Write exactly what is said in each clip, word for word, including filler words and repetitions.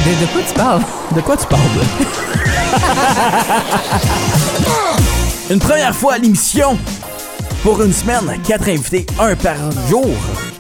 De, de quoi tu parles? De quoi tu parles? Une première fois à l'émission, pour une semaine, quatre invités, un par jour.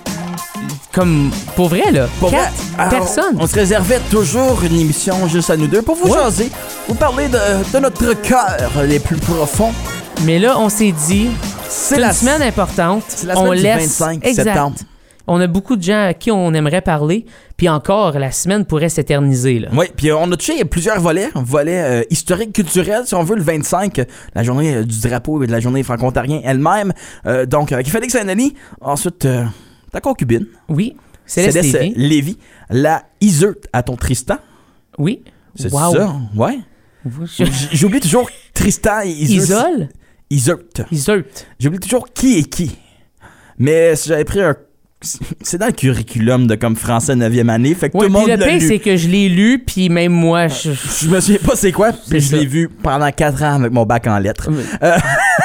Comme, pour vrai, là? Pour quatre vrai, personnes? On, on se réservait toujours une émission juste à nous deux pour vous Ouais. jaser, vous parler de, de notre cœur les plus profonds. Mais là, on s'est dit, c'est une la semaine importante. C'est la on semaine du laisse... vingt-cinq exact. septembre. On a beaucoup de gens à qui on aimerait parler, puis encore, la semaine pourrait s'éterniser, là. Oui, puis on a touché plusieurs volets, un volet euh, historique, culturel, si on veut, le vingt-cinq, la journée euh, du drapeau et de la journée franco-ontarien elle-même. Euh, donc, avec Félix Saint-Denis, ensuite, euh, ta concubine. Oui, Céleste, Céleste Lévy. Lévy, la Iseult à ton Tristan. Oui. C'est Wow. ça, ouais. Je- J- J'oublie toujours Tristan et Iseult. Isole? Iseult. Iseult. J'oublie toujours qui est qui. Mais si j'avais pris un... C'est dans le curriculum de comme français neuvième année, fait que Ouais, tout le puis monde le l'a pire, lu. c'est que je l'ai lu, puis même moi, je... Je me souviens pas c'est quoi, puis je ça. l'ai vu pendant quatre ans avec mon bac en lettres. Euh,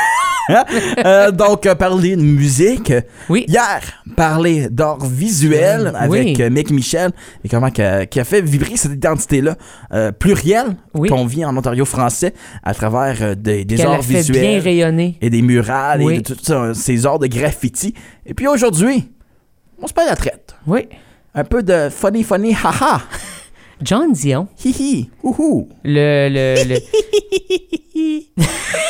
euh, donc, euh, parler de musique. Oui. Hier, parler d'art visuel avec Oui. euh, Mick Michel et comment que- qui a fait vibrer cette identité-là euh, plurielle Oui. qu'on vit en Ontario français à travers euh, des, des Qu'elle arts a fait visuels bien rayonner. et des murales Oui. et de tous ça, ces arts de graffiti. Et puis aujourd'hui, on se paye la traite. Oui. Un peu de funny funny haha. John Dion, Hihi. Ouhou. le... le, le...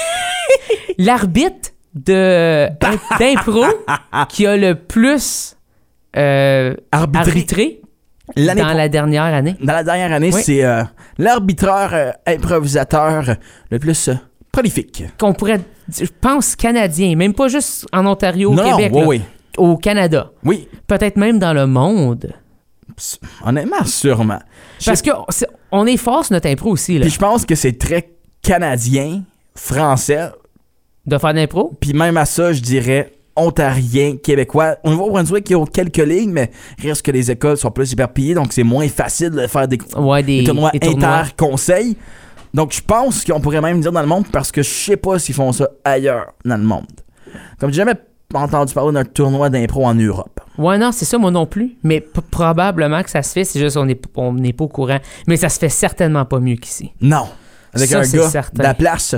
l'arbitre de, d'impro qui a le plus euh, Arbitré. arbitré L'année dans pro- la dernière année. Dans la dernière année, Oui. c'est euh, l'arbitreur euh, improvisateur le plus euh, prolifique. Qu'on pourrait, je pense, canadien, même pas juste en Ontario, au non, Québec, non, là, oui, au Canada. oui. Peut-être même dans le monde. Oui. Honnêtement, sûrement. Je Parce sais- qu'on est fort sur notre impro aussi, là, Puis je pense que c'est très canadien, français, de faire de l'impro. puis même à ça, je dirais ontarien, québécois. On va au Brunswick qui ont quelques lignes, mais reste que les écoles sont plus éparpillées, donc c'est moins facile de faire des, Ouais, des, des tournois des tournois. inter-conseils. Donc je pense qu'on pourrait même dire dans le monde, parce que je sais pas s'ils font ça ailleurs dans le monde. Comme j'ai jamais entendu parler d'un tournoi d'impro en Europe. Ouais, non, c'est ça, moi non plus. Mais p- probablement que ça se fait, c'est juste qu'on n'est on n'est pas au courant. Mais ça se fait certainement pas mieux qu'ici. Non. Avec Ça, un c'est gars certain. de la place.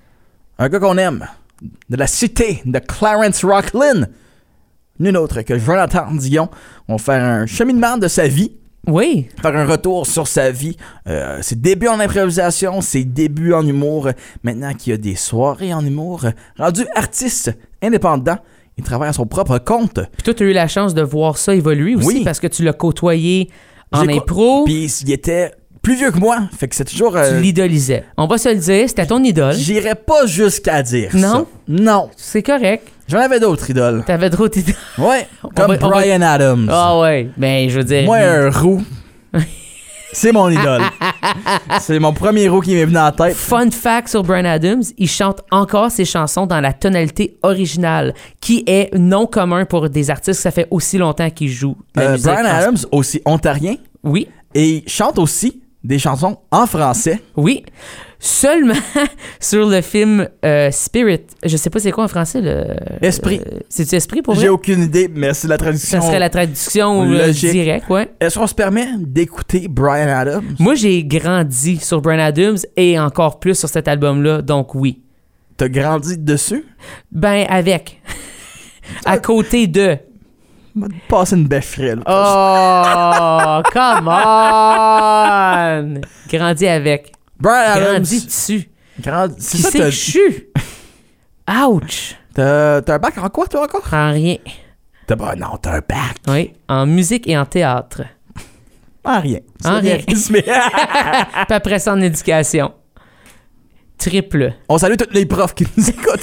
Un gars qu'on aime. De la cité de Clarence Rocklin. Nul autre que Jonathan Dion. On va faire un cheminement de sa vie. Oui, Faire un retour sur sa vie. Euh, ses débuts en improvisation, ses débuts en humour. Maintenant qu'il y a des soirées en humour. Rendu artiste indépendant. Il travaille à son propre compte. puis toi, tu as eu la chance de voir ça évoluer aussi Oui. parce que tu l'as côtoyé en J'ai co- impro, Puis il était plus vieux que moi. Fait que c'est toujours... tu euh, l'idolisais. On va se le dire, c'était ton idole. J'irais pas jusqu'à dire Non? ça. Non. C'est correct. J'en avais d'autres idoles. T'avais d'autres idoles. Ouais, On comme va- on va- Bryan Adams. Ah ouais, ben je veux dire... Moi, un roux, c'est mon idole. C'est mon premier roux qui m'est venu en tête. Fun fact sur Bryan Adams, il chante encore ses chansons dans la tonalité originale, qui est non commun pour des artistes. Ça fait aussi longtemps qu'ils jouent de la Euh, musique. Bryan en- Adams, aussi ontarien, Oui, et il chante aussi des chansons en français. oui. Seulement sur le film euh, Spirit. Je sais pas c'est quoi en français, le... Esprit. euh, C'est-tu Esprit pour J'ai vrai? aucune idée, mais c'est la traduction. Ça serait la traduction euh, logique. directe, ouais. Est-ce qu'on se permet d'écouter Bryan Adams? Moi, j'ai grandi sur Bryan Adams et encore plus sur cet album-là, donc oui. T'as grandi dessus? Ben, avec. À côté de... M'a passé une belle frêle. Oh, come on! Grandi avec. Bryan Adams. Grandi dessus. Grandi- C'est Qui ça, c'est que t'as, je suis? Ouch! t'as, t'as un bac en quoi, toi, encore? En rien. T'as, bah, non, t'as un bac. Oui, en musique et en théâtre. En rien. C'est En bien rien. résumé. Puis après ça, en éducation. Triple. On salue tous les profs qui nous écoutent.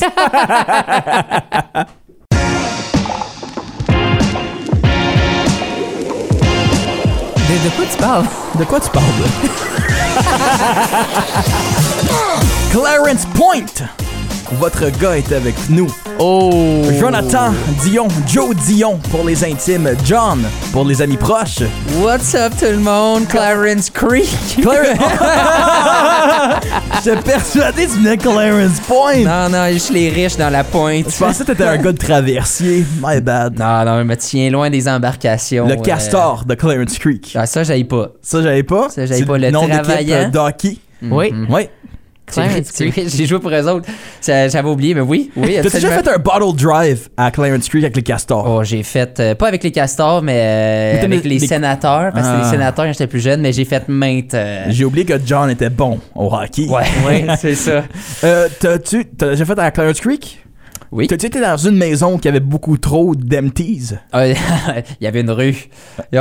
De, de quoi tu parles? De quoi tu parles? Clarence Point! Votre gars est avec nous Oh! Jonathan Dion, Joe Dion pour les intimes, John pour les amis proches. What's up tout le monde? Clarence Creek. Clarence... J'étais persuadé que tu venais de Clarence Point. Non, non, juste les riches dans la pointe. Je pensais que t'étais un gars de traversier. My bad. Non, non, je me tiens loin des embarcations. Le euh... castor de Clarence Creek. Ah, ça, j'aille pas. Ça, j'avais pas. Ça, j'avais pas. Le nom travaillant. d'hockey. Oui. Mm-hmm. Oui. C'est vrai, j'ai joué pour eux autres. Ça, j'avais oublié, mais oui. oui T'as déjà fait un bottle drive à Clarence Creek avec les castors? Oh, j'ai fait, euh, pas avec les castors, mais, euh, mais avec les, les sénateurs, parce que ah. les sénateurs quand j'étais plus jeune, mais j'ai fait maintes... Euh... J'ai oublié que John était bon au hockey. Ouais, ouais, c'est ça. Euh, t'as-tu, t'as déjà fait à Clarence Creek? Oui. T'as-tu été dans une maison qui avait beaucoup trop d'empties? Euh, il y avait une rue. Il y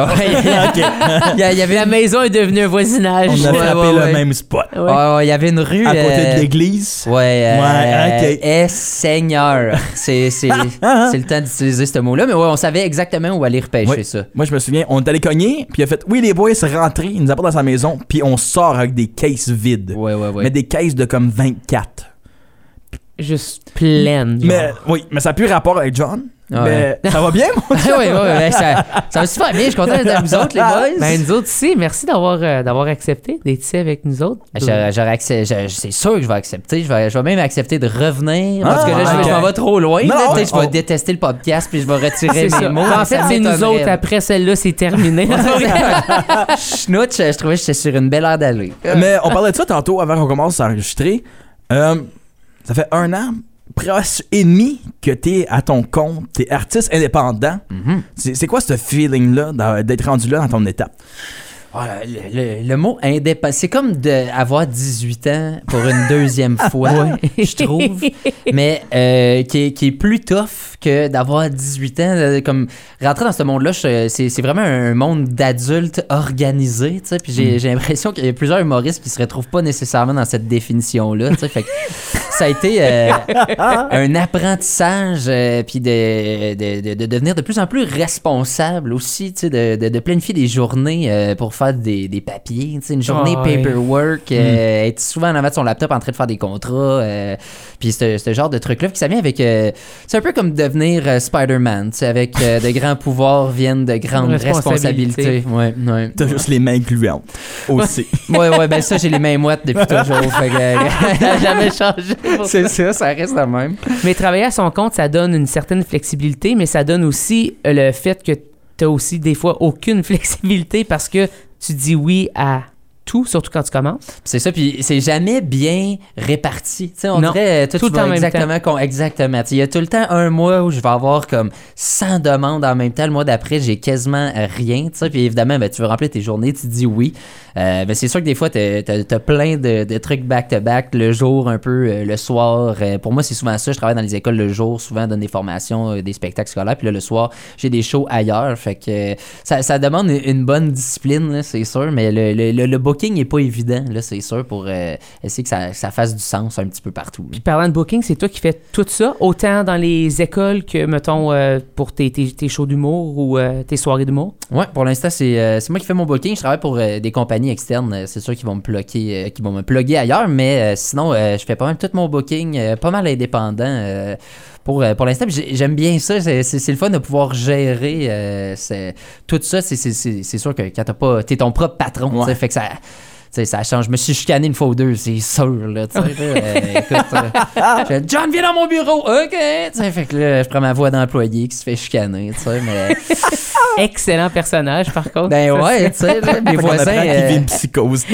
avait La une... maison est devenue un voisinage. On a Ouais, frappé ouais, le ouais. même spot. Ouais. Oh, il y avait une rue... À côté euh... de l'église? Ouais, euh, Ouais, ok. Eh, Seigneur. C'est, c'est, c'est le temps d'utiliser ce mot-là, mais ouais, on savait exactement où aller repêcher Ouais. ça. Moi, je me souviens, on est allé cogner, puis il a fait « Oui, les boys, c'est rentré. » Il nous apporte dans sa maison, puis on sort avec des caisses vides. Ouais, ouais, ouais. Mais des caisses de comme vingt-quatre. Juste pleine. genre. Mais oui, mais ça n'a plus rapport avec John. Ouais. Mais ça va bien, moi? oui, oui, oui, ça, ça va super bien. Je suis content d'être avec vous autres, les boys. Ben, nous autres ici, merci d'avoir, euh, d'avoir accepté d'être ici avec nous autres. J'aurais, j'aurais accep- je- c'est sûr que je vais accepter. Je vais, je vais même accepter de revenir. Ah, parce que là, je, ok. je m'en vais trop loin. Non, là. ouais, Peut-être que je vais on- détester le podcast puis je vais retirer C'est mes ça. mots. En fait, Ça c'est nous m'étonnerait. autres. Après celle-là, c'est terminé. Schnutz, je trouvais que j'étais sur une belle heure d'aller. Mais on parlait de ça tantôt avant qu'on commence à enregistrer. Euh, ça fait un an, presque et demi que t'es à ton compte, t'es artiste indépendant. Mhm. C'est, c'est quoi ce feeling-là d'a- d'être rendu là dans ton étape? Voilà, le, le- le mot indépendant, c'est comme d'avoir dix-huit ans pour une deuxième fois, je trouve, mais euh, qui, est, qui est plus tough que d'avoir dix-huit ans. euh, Comme rentrer dans ce monde-là, je- c'est c'est vraiment un monde d'adultes organisés, tu sais. Puis j'ai j'ai l'impression qu'il y a plusieurs humoristes qui se retrouvent pas nécessairement dans cette définition-là, tu sais. Fait que ça a été euh, un apprentissage, euh, puis de, de, de, de devenir de plus en plus responsable aussi, tu sais, de, de, de planifier des journées euh, pour faire des, des papiers, tu sais, une journée Ah ouais. paperwork, euh, être souvent en avant de son laptop en train de faire des contrats, euh, puis ce, ce genre de truc-là, puis ça vient avec, euh, c'est un peu comme devenir euh, Spider-Man, tu sais, avec euh, de grands pouvoirs viennent de grandes Responsabilités. responsabilités. Ouais, ouais. T'as juste les mains gluantes aussi. Ouais, ouais, ben ça, j'ai les mains moites depuis toujours, fait que, Ça n'a jamais changé. c'est ça, ça reste le même. Mais travailler à son compte, ça donne une certaine flexibilité, mais ça donne aussi euh, le fait que tu as aussi des fois aucune flexibilité parce que tu dis oui à tout, surtout quand tu commences. C'est ça, puis c'est jamais bien réparti. Tu sais, on Non, dirait, toi, tout tu le temps vas en même exactement, con- exactement. Tu sais, il y a tout le temps un mois où je vais avoir comme cent demandes en même temps. Le mois d'après, j'ai quasiment rien. Tu sais, puis évidemment, ben, tu veux remplir tes journées, tu dis oui. Euh, ben, c'est sûr que des fois, t'as, t'as, t'as plein de, de trucs back-to-back, le jour, un peu, euh, le soir. Euh, pour moi, c'est souvent ça. Je travaille dans les écoles le jour, souvent, donne des formations, euh, des spectacles scolaires. Puis là, le soir, j'ai des shows ailleurs. Fait que euh, ça, ça demande une, une bonne discipline, là, c'est sûr. Mais le, le, le, le booking n'est pas évident, là, c'est sûr, pour euh, essayer que ça, ça fasse du sens un petit peu partout. là. Puis parlant de booking, c'est toi qui fais tout ça, autant dans les écoles que, mettons, euh, pour tes, tes, tes shows d'humour ou euh, tes soirées d'humour? Ouais, pour l'instant, c'est, euh, c'est moi qui fais mon booking. Je travaille pour euh, des compagnies externes. Euh, C'est sûr qu'ils vont me plugger, euh, qu'ils vont me plugger ailleurs, mais euh, sinon, euh, je fais pas mal tout mon booking, euh, pas mal indépendant. Euh, pour, euh, pour l'instant, puis j'ai- j'aime bien ça. C'est, c'est, c'est le fun de pouvoir gérer euh, c'est- tout ça. C'est, c'est, c'est, c'est sûr que quand t'as pas, t'es ton propre patron, tu sais, Ouais. fait que ça. Tu sais, ça change. Je me suis chicané une fois ou deux, c'est sûr, là, tu sais. là, euh, écoute, euh, je fais, John, viens dans mon bureau! OK! Tu sais, fait que là, je prends ma voix d'employé qui se fait chicaner, tu sais, mais... Excellent personnage, par contre. Ben Ça, ouais, tu sais, là, mes Fait qu'on voisins... apprend qu'il euh, vit une psychose.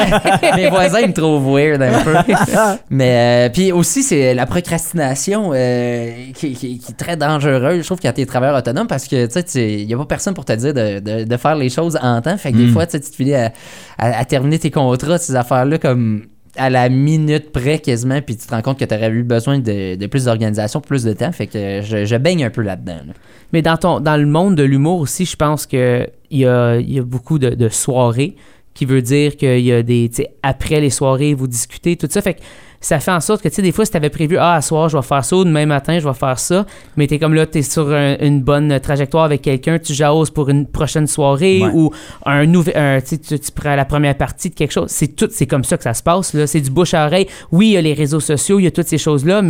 mes voisins ils me trouvent weird un peu. Mais euh, puis aussi c'est la procrastination euh, qui, qui- qui est très dangereuse. Je trouve quand t'es travailleur autonome parce que tu sais il y a pas personne pour te dire de, de, de faire les choses en temps. Fait que des Mm. fois tu sais, tu te finis à, à, à terminer tes contrats, ces affaires là comme à la minute près quasiment, puis tu te rends compte que tu aurais eu besoin de, de plus d'organisation, plus de temps. Fait que je, je baigne un peu là-dedans. là. Mais dans, ton, dans le monde de l'humour aussi, je pense qu'il y a, il y a beaucoup de, de soirées, qui veut dire qu'il y a des... tu sais, après les soirées, vous discutez, tout ça. Fait que ça fait en sorte que, tu sais, des fois, si tu avais prévu, ah, à soir, je vais faire ça, ou demain matin, je vais faire ça, mais tu es comme là, tu es sur un- une bonne trajectoire avec quelqu'un, tu jases pour une prochaine soirée, Ouais. ou un nouvel, un, tu sais, tu tu prends la première partie de quelque chose. C'est tout, c'est comme ça que ça se passe, là. C'est du bouche à oreille. Oui, il y a les réseaux sociaux, il y a toutes ces choses-là, mais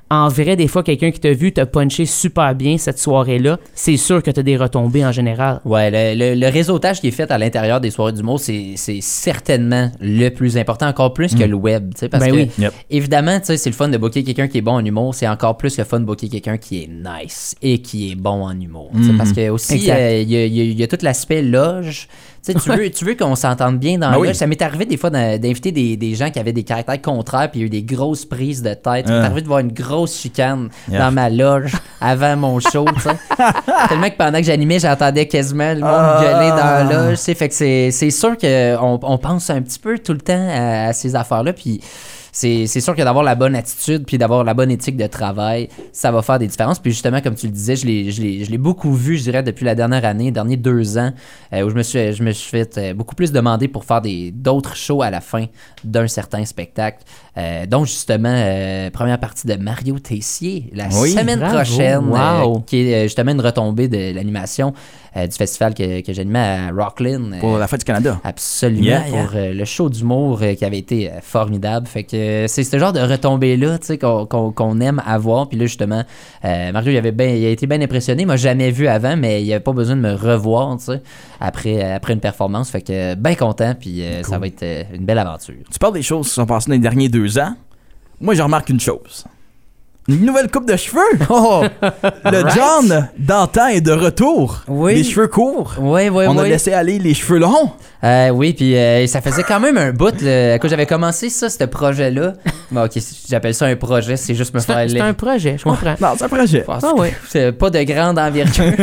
en vrai, des fois, quelqu'un qui t'a vu t'a punché super bien cette soirée-là, c'est sûr que t'as des retombées en général. Ouais, le, le, le réseautage qui est fait à l'intérieur des soirées d'humour, c'est, c'est certainement le plus important, encore plus mm. que le web, tu sais, parce ben que, oui. Yep. évidemment, tu sais, c'est le fun de booker quelqu'un qui est bon en humour, c'est encore plus le fun de booker quelqu'un qui est nice et qui est bon en humour, tu sais, Mm. parce que aussi, il euh, y, y, y, y a tout l'aspect loge. Tu sais, tu veux, tu veux qu'on s'entende bien dans ben la oui. loge. Ça m'est arrivé des fois d'inviter des, des gens qui avaient des caractères contraires, puis il y a eu des grosses prises de tête. Ça m'est Uh. arrivé de voir une grosse chicane Yeah. dans ma loge avant mon show, tu sais. Tellement que pendant que j'animais, j'entendais quasiment le monde Ah. gueuler dans la loge, tu sais. Fait que c'est, c'est sûr qu'on on pense un petit peu tout le temps à, à ces affaires-là, puis c'est, c'est sûr que d'avoir la bonne attitude puis d'avoir la bonne éthique de travail, ça va faire des différences. Puis justement, comme tu le disais, je l'ai, je l'ai, je l'ai beaucoup vu, je dirais, depuis la dernière année, les derniers deux ans, euh, où je me suis, je me suis fait euh, beaucoup plus demander pour faire des, d'autres shows à la fin d'un certain spectacle. Euh, donc justement, euh, première partie de Mario Tessier, la Oui, semaine bravo, prochaine, wow. euh, qui est euh, justement une retombée de l'animation euh, du festival que, que j'animais à Rocklin. Pour euh, la fête du Canada. Absolument, Yeah, pour yeah. euh, le show d'humour euh, qui avait été euh, formidable. Fait que euh, c'est ce genre de retombées-là, tu sais, qu'on, qu'on, qu'on aime avoir. Puis là, justement, euh, Mario, il, avait ben, il a été bien impressionné. Il m'a jamais vu avant, mais il avait pas besoin de me revoir, tu sais, après, euh, après une performance. Fait que euh, bien content, puis euh, Cool. ça va être euh, une belle aventure. Tu parles des choses qui sont passées dans les derniers deux ans. Moi, je remarque une chose. Une nouvelle coupe de cheveux. Oh! Le Right. John d'antan est de retour. Oui. Les cheveux courts. Oui, oui, On oui. a laissé aller les cheveux longs. Euh, oui, puis euh, ça faisait quand même un bout. Là, quand j'avais commencé ça, ce projet-là. Bon, ok, j'appelle ça un projet, c'est juste me C'est faire un, c'est un projet, je comprends. Non, c'est un projet. Ah, Ah ouais. C'est pas de grande envergure.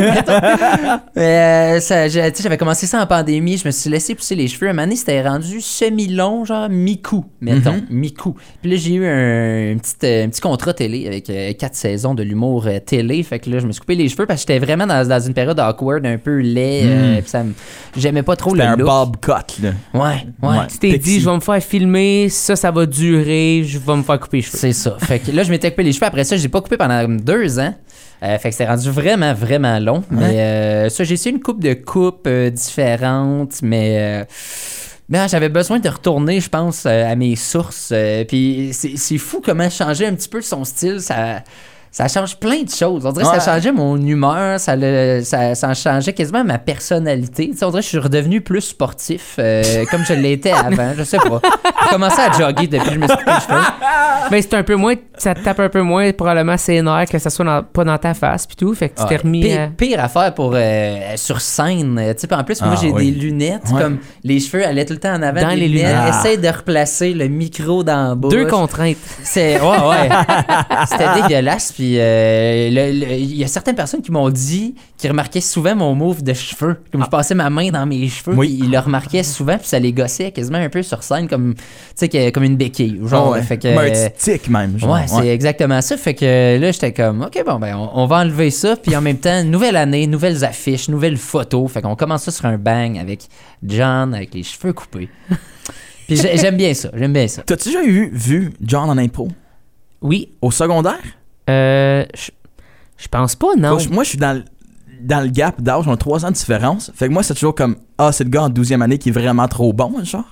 Mais euh, ça, j'ai- tu sais, j'avais commencé ça en pandémie, je me suis laissé pousser les cheveux. À un moment donné, c'était rendu semi-long, genre mi-cou, mettons, Mhm. mi-cou. Puis là, j'ai eu un, un petit, euh, un petit contrat télé avec euh, quatre saisons de l'humour euh, télé. Fait que là, je me suis coupé les cheveux parce que j'étais vraiment dans, dans une période awkward, un peu laid. euh, Mm. puis ça me- j'aimais pas trop C'était le un look. bob cut, là. Ouais, ouais. Ouais. Tu t'es Pixie. dit, je vais me faire filmer, ça, ça va durer, je vais me faire couper les cheveux. C'est ça. Fait que là, je m'étais coupé les cheveux. Après ça, j'ai pas coupé pendant deux ans. Euh, fait que c'était rendu vraiment, vraiment long. Mais euh, ça, j'ai essayé une coupe de coupes euh, différentes, mais... euh, ben, j'avais besoin de retourner, je pense, euh, à mes sources. Euh, Puis c'est, c'est fou comment changer un petit peu son style, ça... Ça change plein de choses. On dirait que Ouais. ça changeait mon humeur, ça, le, ça, ça changeait quasiment ma personnalité. Tu sais, on dirait que je suis redevenu plus sportif, euh, comme je l'étais avant. Je sais pas. J'ai commencé à jogger depuis que je me suis coupé les cheveux. Ben, c'est un peu moins, ça te tape un peu moins probablement ses nerfs, que ça soit dans- pas dans ta face puis tout, fait que tu t'es Ouais. remis Pire, à... pire affaire pour euh, sur scène. euh, Tu sais, puis en plus, moi, Ah, j'ai oui. des lunettes, Ouais. comme les cheveux allaient tout le temps en avant Dans des les lunettes. lunettes. Essaye de replacer le micro dans la bouche. Deux contraintes. C'est ouais ouais. C'était dégueulasse. Puis euh, le- le- il y a certaines personnes qui m'ont dit qu'ils remarquaient souvent mon move de cheveux. Comme je passais ma main dans mes cheveux, Oui. puis ils le remarquaient souvent, puis ça les gossait quasiment un peu sur scène, comme tu sais que- comme une béquille. Genre, Ouais. fait que, Mais un petit tic, même. Genre. Ouais, c'est exactement ça. Fait que là, j'étais comme, OK, bon, ben, on, on va enlever ça. Puis en même temps, nouvelle année, nouvelles affiches, nouvelles photos. Fait qu'on commence ça sur un bang avec John, avec les cheveux coupés. Puis j'ai- j'aime bien ça, j'aime bien ça. T'as-tu déjà vu, vu John en impro? Oui, Au secondaire? euh, je je pense pas, non. Moi, je- Moi, je suis dans le, dans le gap d'âge, on a trois ans de différence. Fait que moi, c'est toujours comme, ah, c'est le gars en douzième année qui est vraiment trop bon, genre.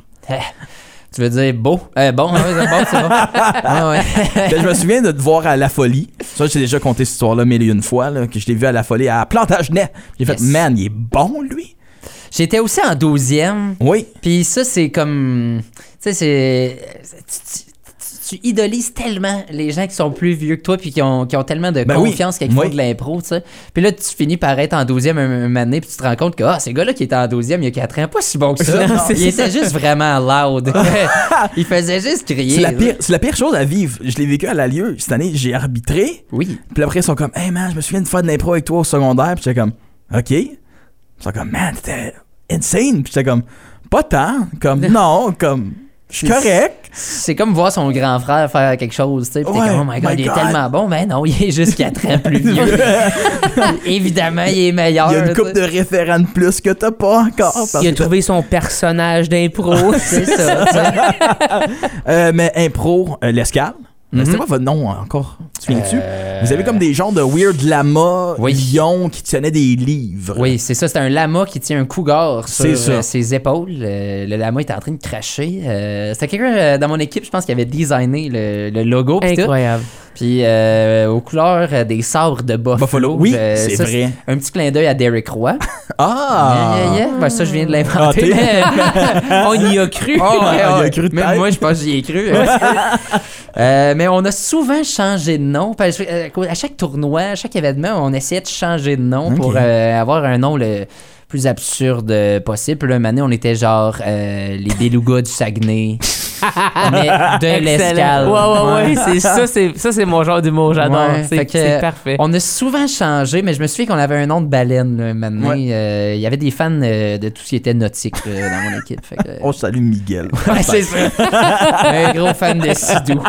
Tu veux dire beau? Euh, bon, ouais, c'est bon, c'est bon. Ah ouais. Ben, je me souviens de te voir à La Folie. Ça, j'ai déjà compté cette histoire-là mille et une fois, là, que je l'ai vu à La Folie à Plantagenet. J'ai fait, Yes. man, il est bon, lui. J'étais aussi en douzième. Oui. Puis ça, c'est comme. Tu sais, c'est. Tu, tu- tu idolises tellement les gens qui sont plus vieux que toi puis qui ont, qui ont tellement de Ben oui. confiance quand ils font Oui. de l'impro, tu sais. Puis là, tu finis par être en douzième un, un année puis tu te rends compte que ah, ce gars-là qui était en douzième il y a quatre ans, pas si bon que ça. Non, il c'est était juste vraiment loud. il faisait juste crier. C'est la, là. pire, c'est la pire chose à vivre. Je l'ai vécu à la Lieu. Cette année, j'ai arbitré. Oui. Puis après, ils sont comme, hey man, je me souviens de faire de l'impro avec toi au secondaire. Puis j'étais comme, ok. Ils sont comme, man, t'étais insane. Puis j'étais comme, pas tant. Comme, non, comme, je suis C'est- correct. C'est comme voir son grand frère faire quelque chose, tu sais. Puis t'es Ouais, comme, oh my god, my il est God. tellement bon. Mais non, il est juste quatre ans plus vieux. Évidemment, il est meilleur. Il y a une tu couple de sais. référents de plus que t'as pas encore. parce Il a que- trouvé son personnage d'impro. C'est ça, tu sais. Euh, mais impro, euh, l'escale. Mhm. C'était quoi votre nom encore? Tu te souviens-tu? Euh, Vous avez comme des genres de weird lama Oui. lions qui tenaient des livres. Oui, c'est ça. C'est un lama qui tient un cougar C'est sur ça. euh, ses épaules. Euh, le lama était en train de cracher. Euh, c'était quelqu'un euh, dans mon équipe, je pense, qui avait designé le, le logo. pis tout. Incroyable. Puis euh, aux couleurs euh, des sabres de Buffalo. Buffalo, oui, Euh, c'est ça, vrai. Un petit clin d'œil à Derek Roy. Ah! Yeah, yeah, yeah. Ben, ça, je viens de Ah, l'inventer. t'es- mais- On y a cru. Oh, ouais, On y a ouais. cru de Même tête. moi, je pense que j'y ai cru. Euh, mais on a souvent changé de nom. Parce que, euh, à chaque tournoi, à chaque événement, on essayait de changer de nom Ok. pour euh, avoir un nom le plus absurde euh, possible. Puis là, une année, on était genre euh, les Belugas du Saguenay. mais de l'escale. Ouais, ouais, ouais. C'est, ça, c'est, ça, c'est mon genre d'humour. J'adore. Ouais, c'est, fait que, c'est parfait. On a souvent changé, mais je me souviens qu'on avait un nom de baleine là, maintenant. Ouais. Euh, Il y avait des fans euh, de tout ce qui était nautique là, dans mon équipe. Fait que, On salue Miguel. ouais, c'est ça. Un gros fan de Sidou.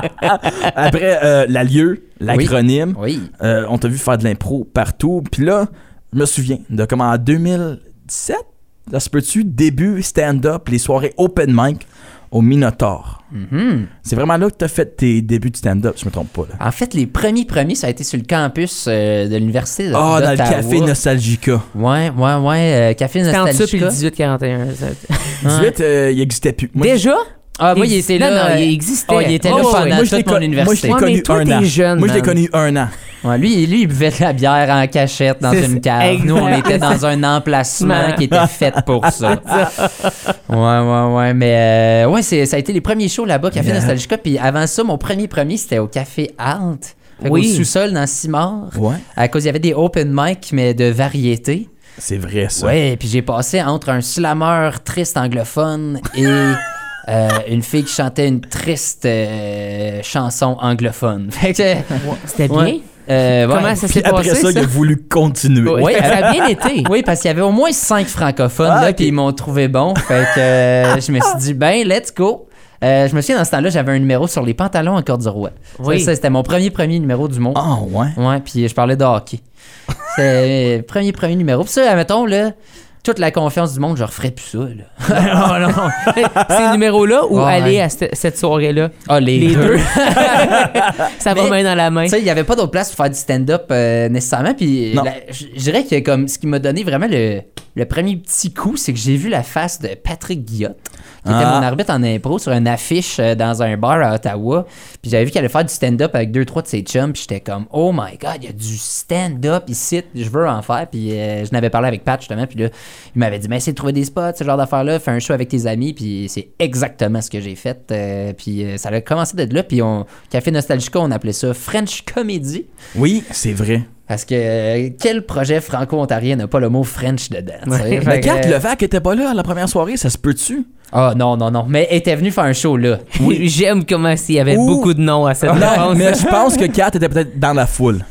Après, euh, la lieu, l'acronyme, Oui. euh, on t'a vu faire de l'impro partout. Puis là, je me souviens de comment en deux mille dix-sept, là, se peut-tu, début stand-up, les soirées open mic au Minotaur. Mhm. C'est vraiment là que t'as fait tes débuts de stand-up, si je me trompe pas. Là. En fait, les premiers premiers, ça a été sur le campus euh, de l'université de Ah, dans le d'Ottawa. café Nostalgica. Ouais, ouais, ouais. euh, café C'était en dessous puis Nostalgica. le dix-huit quarante et un. dix-huit, euh, il n'existait plus. Moi, Déjà? Ah, moi, il Existe- était là. non, non, euh, il existait. Oh, il était là Oh, pendant ouais. moi, je l'ai toute mon con- moi, je l'ai université. Ouais, mais connu toi, un t'es an. jeune, Moi, je l'ai man. connu un an. Ouais, lui, lui, il buvait de la bière en cachette dans C'est une ça. cave. Nous, on était dans un emplacement Man. qui était fait pour ça. Ouais, ouais, ouais. Mais euh, ouais, c'est, ça a été les premiers shows là-bas, Café Yeah. Nostalgica. Puis avant ça, mon premier premier, c'était au Café Alt. Fait Oui. Au sous-sol dans Simard. Ouais. À cause, il y avait des open mic, mais de variété. C'est vrai, ça. Ouais, puis j'ai passé entre un slammer triste anglophone et euh, une fille qui chantait une triste euh, chanson anglophone. Fait que, C'était bien. ouais. Euh, ouais. Comment ça Puis s'est après passé, ça, il a voulu continuer. Oui, Ouais. ça a bien été. Oui, parce qu'il y avait au moins cinq francophones, Ah, là, ok. puis ils m'ont trouvé bon. Fait que euh, je me suis dit, ben, let's go. Euh, je me souviens, dans ce temps-là, j'avais un numéro sur les pantalons en corduroy. Oui. Ça, ça, c'était mon premier premier numéro du monde. Ah, ouais. Ouais, puis je parlais de hockey. C'est le premier premier numéro. Puis ça, admettons, là, toute la confiance du monde, je referais plus ça, là. non, non. Ces numéros-là ou Ouais. aller à cette, cette soirée-là? Ah, les, Les deux. deux. Ça va Mais, main dans la main. Tu sais, il n'y avait pas d'autre place pour faire du stand-up euh, nécessairement. Puis Non. la- je je dirais que comme ce qui m'a donné vraiment le, le premier petit coup, c'est que j'ai vu la face de Patrick Guillotte, qui était Ah. mon arbitre en impro, sur une affiche euh, dans un bar à Ottawa. Puis j'avais vu qu'elle allait faire du stand-up avec deux, trois de ses chums. Puis j'étais comme, oh my god, il y a du stand-up ici, je veux en faire. Puis euh, je n'avais parlé avec Pat justement. Puis là, il m'avait dit, mais essaye de trouver des spots, ce genre d'affaires-là, fais un show avec tes amis. Puis c'est exactement ce que j'ai fait. Euh, puis euh, ça a commencé d'être là. Puis on, Café Nostalgica, on appelait ça French Comedy. Oui, c'est vrai. Parce que euh, quel projet franco-ontarien n'a pas le mot French dedans? tu sais? Ouais. Fait Mais que, Kat euh, Levac était pas là à la première soirée, ça se peut-tu? Ah non, non, non. Mais elle était venue faire un show là. Oui. J'aime comment s'il y avait Ouh. beaucoup de noms à cette Non, réponse. mais je pense que Kat était peut-être dans la foule.